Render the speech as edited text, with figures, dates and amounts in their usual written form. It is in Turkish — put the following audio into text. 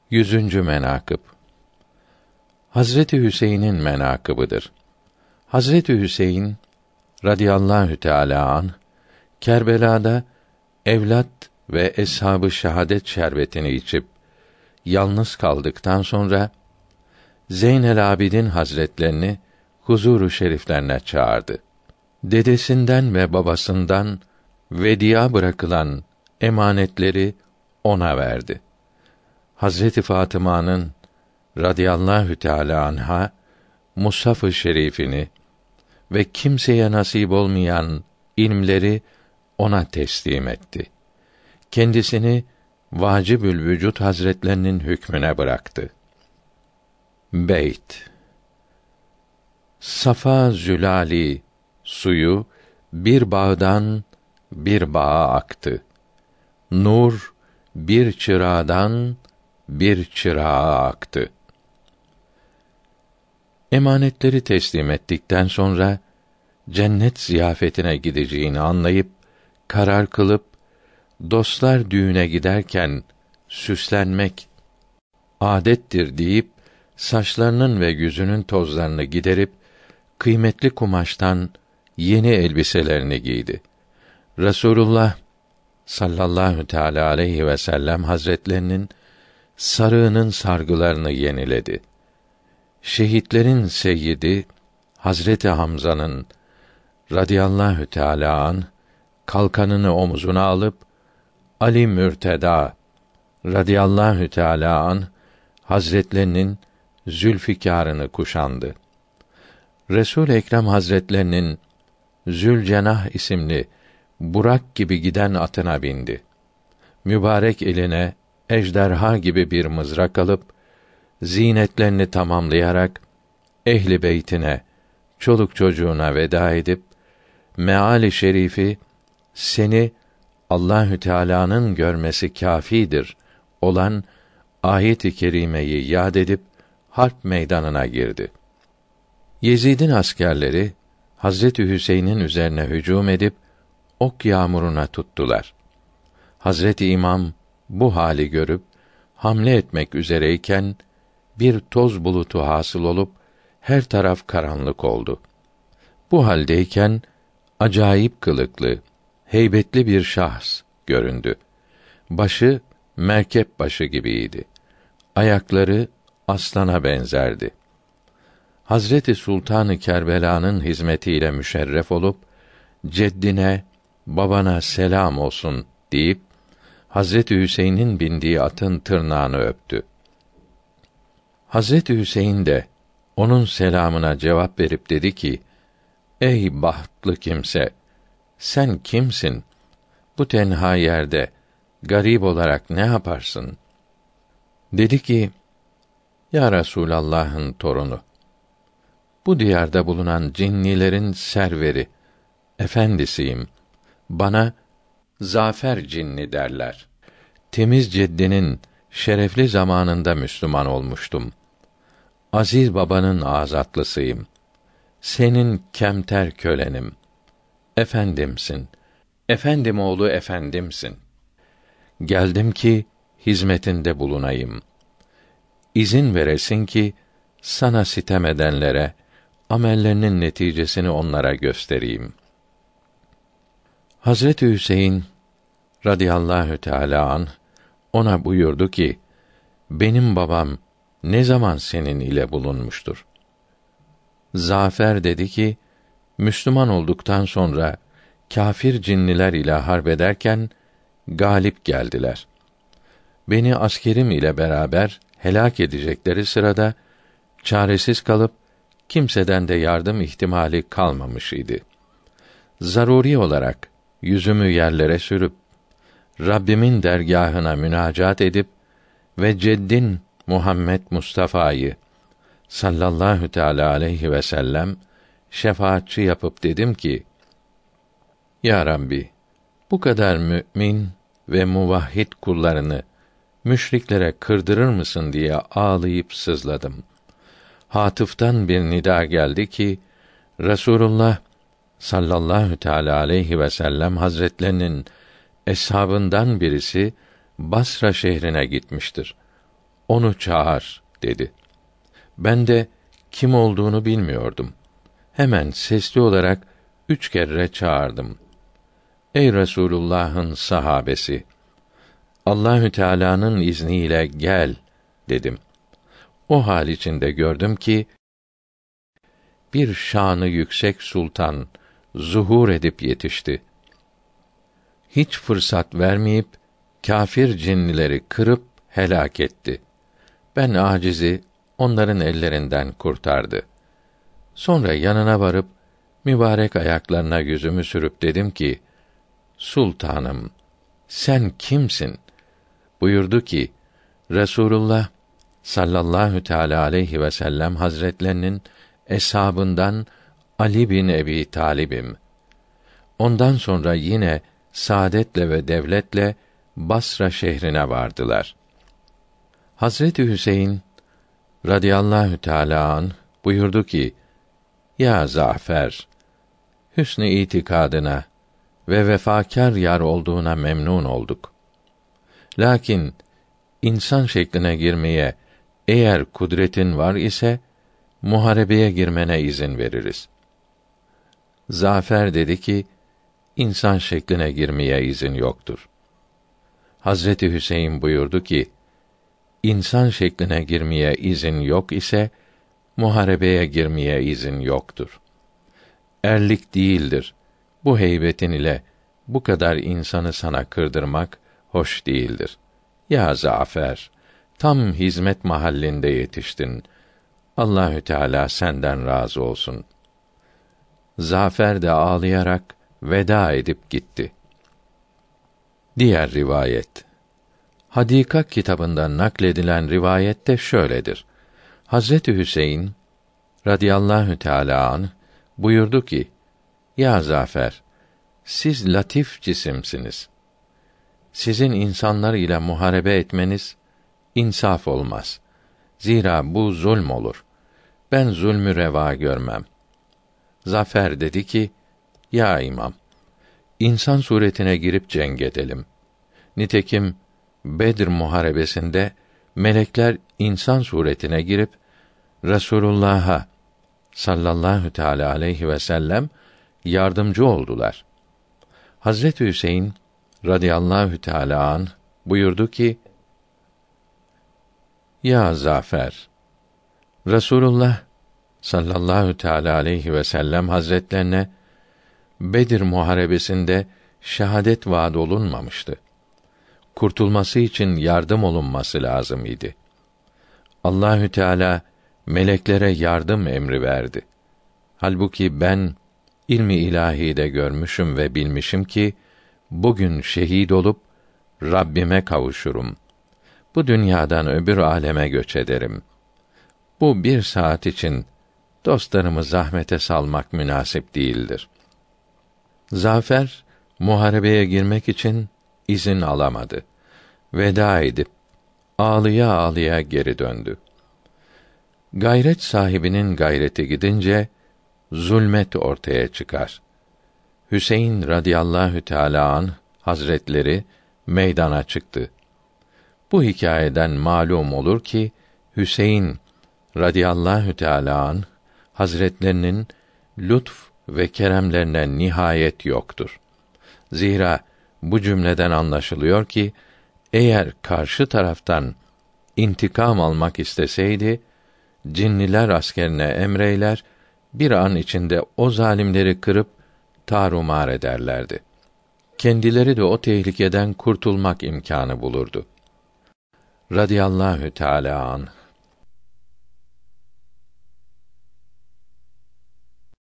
100. menakıb Hazreti Hüseyin'in menakıbıdır. Hazreti Hüseyin radıyallahu teâlâ anh, Kerbela'da evlat ve eshab-ı şehadet şerbetini içip yalnız kaldıktan sonra Zeynel Abidin Hazretlerini huzuru şeriflerine çağırdı. Dedesinden ve babasından vediya bırakılan emanetleri ona verdi. Hazreti Fatıma'nın radıyallahu teâlâ anha Mushaf-ı Şerifini ve kimseye nasip olmayan ilmleri ona teslim etti. Kendisini Vacibül Vücud Hazretlerinin hükmüne bıraktı. Beyt Safa zülali suyu bir bağdan bir bağa aktı. Nur bir çırağdan bir çırağa aktı. Emanetleri teslim ettikten sonra cennet ziyafetine gideceğini anlayıp karar kılıp dostlar düğüne giderken süslenmek âdettir deyip saçlarının ve yüzünün tozlarını giderip kıymetli kumaştan yeni elbiselerini giydi. Resulullah sallallahu teâlâ aleyhi ve sellem Hazretlerinin sarığının sargılarını yeniledi. Şehitlerin seyyidi Hazreti Hamza'nın radıyallahu teâlâ anh kalkanını omuzuna alıp Ali Mürteda radıyallahu teâlâ anh Hazretlerinin zülfikârını kuşandı. Resul Ekrem Hazretlerinin Zülcenah isimli Burak gibi giden atına bindi. Mübarek eline ejderha gibi bir mızrak alıp zinetlerini tamamlayarak ehli beytine, çoluk çocuğuna veda edip meali şerifi seni Allahü Teala'nın görmesi kâfidir olan ayet-i kerimeyi yad edip harp meydanına girdi. Yezid'in askerleri Hazreti Hüseyin'in üzerine hücum edip ok yağmuruna tuttular. Hazreti İmam bu hali görüp hamle etmek üzereyken bir toz bulutu hasıl olup her taraf karanlık oldu. Bu haldeyken acayip kılıklı, heybetli bir şahs göründü. Başı merkep başı gibiydi. Ayakları aslana benzerdi. Hazreti Sultan-ı Kerbela'nın hizmetiyle müşerref olup ceddine, babana selam olsun deyip Hazreti Hüseyin'in bindiği atın tırnağını öptü. Hazreti Hüseyin de onun selamına cevap verip dedi ki: Ey bahtlı kimse, sen kimsin? Bu tenha yerde garip olarak ne yaparsın? Dedi ki: Ya Resûlallah'ın torunu, bu diyarda bulunan cinnilerin serveri, efendisiyim. Bana Zafer cinni derler. Temiz ceddinin şerefli zamanında Müslüman olmuştum. Aziz babanın azatlısıyım. Senin kemter kölenim. Efendimsin. Efendim oğlu efendimsin. Geldim ki hizmetinde bulunayım. İzin veresin ki sana sitem edenlere amellerinin neticesini onlara göstereyim. Hazreti Hüseyin radıyallahu teâlâ anh ona buyurdu ki: Benim babam ne zaman senin ile bulunmuştur? Zafer dedi ki: Müslüman olduktan sonra kâfir cinniler ile harp ederken galip geldiler. Beni askerim ile beraber helak edecekleri sırada çaresiz kalıp kimseden de yardım ihtimali kalmamış idi. Zaruri olarak yüzümü yerlere sürüp Rabbimin dergâhına münacat edip ve ceddin Muhammed Mustafa'yı sallallahu teâlâ aleyhi ve sellem şefaatçi yapıp dedim ki: Ya Rabbi, bu kadar mümin ve muvahhid kullarını müşriklere kırdırır mısın diye ağlayıp sızladım. Hatıf'tan bir nida geldi ki Resulullah sallallahu teâlâ aleyhi ve sellem Hazretlerinin eshabından birisi Basra şehrine gitmiştir. onu çağır dedi. Ben de kim olduğunu bilmiyordum. Hemen sesli olarak 3 kere çağırdım. Ey Resulullah'ın sahabesi, Allahü Teala'nın izniyle gel dedim. O hal içinde gördüm ki bir şanı yüksek sultan zuhur edip yetişti. Hiç fırsat vermeyip kâfir cinnileri kırıp helak etti. Ben acizi onların ellerinden kurtardı. Sonra yanına varıp mübarek ayaklarına yüzümü sürüp dedim ki: Sultanım, sen kimsin? Buyurdu ki: Resulullah sallallahu teâlâ aleyhi ve sellem hazretlerinin eshabından Ali bin Ebi Talib'im. Ondan sonra yine saadetle ve devletle Basra şehrine vardılar. Hazreti Hüseyin radıyallahu teâlâ anh buyurdu ki: Ya Zafer, hüsnü itikadına ve vefakâr yar olduğuna memnun olduk. Lakin insan şekline girmeye eğer kudretin var ise muharebeye girmene izin veririz. Zafer dedi ki: İnsan şekline girmeye izin yoktur. Hazreti Hüseyin buyurdu ki: İnsan şekline girmeye izin yok ise muharebeye girmeye izin yoktur. Erlik değildir. Bu heybetin ile bu kadar insanı sana kırdırmak hoş değildir. Ya Zafer, tam hizmet mahallinde yetiştin. Allahü Teala senden razı olsun. Zafer de ağlayarak veda edip gitti. Diğer rivayet. Hadika kitabında nakledilen rivayette şöyledir. Hazreti Hüseyin radıyallahu teâlâ anh buyurdu ki: Ya Zafer, siz latif cisimsiniz. Sizin insanlar ile muharebe etmeniz insaf olmaz. Zira bu zulm olur. Ben zulmü reva görmem. Zafer dedi ki: Ya imam, insan suretine girip cenk edelim. Nitekim Bedir muharebesinde melekler insan suretine girip Resulullah'a sallallahu teâlâ aleyhi ve sellem yardımcı oldular. Hazreti Hüseyin radıyallahu teâlâ anh buyurdu ki: Ya Zafer, Resulullah sallallahu teâlâ aleyhi ve sellem hazretlerine Bedir muharebesinde şehadet vaad olunmamıştı. Kurtulması için yardım olunması lazım idi. Allahü Teala meleklere yardım emri verdi. Halbuki ben ilmi ilahide görmüşüm ve bilmişim ki bugün şehit olup Rabbime kavuşurum. Bu dünyadan öbür aleme göç ederim. Bu 1 saat için dostlarımı zahmete salmak münasip değildir. Zafer muharebeye girmek için izin alamadı. Veda edip ağlıya ağlıya geri döndü. Gayret sahibinin gayreti gidince zulmet ortaya çıkar. Hüseyin radıyallahu teâlâ anh hazretleri meydana çıktı. Bu hikâyeden malum olur ki Hüseyin radıyallahu teâlâ anh hazretlerinin lütf ve keremlerine nihayet yoktur. Zira bu cümleden anlaşılıyor ki eğer karşı taraftan intikam almak isteseydi cinniler askerine emreyler, bir an içinde o zalimleri kırıp tarumar ederlerdi. Kendileri de o tehlikeden kurtulmak imkânı bulurdu. Radıyallahu teâlâ anh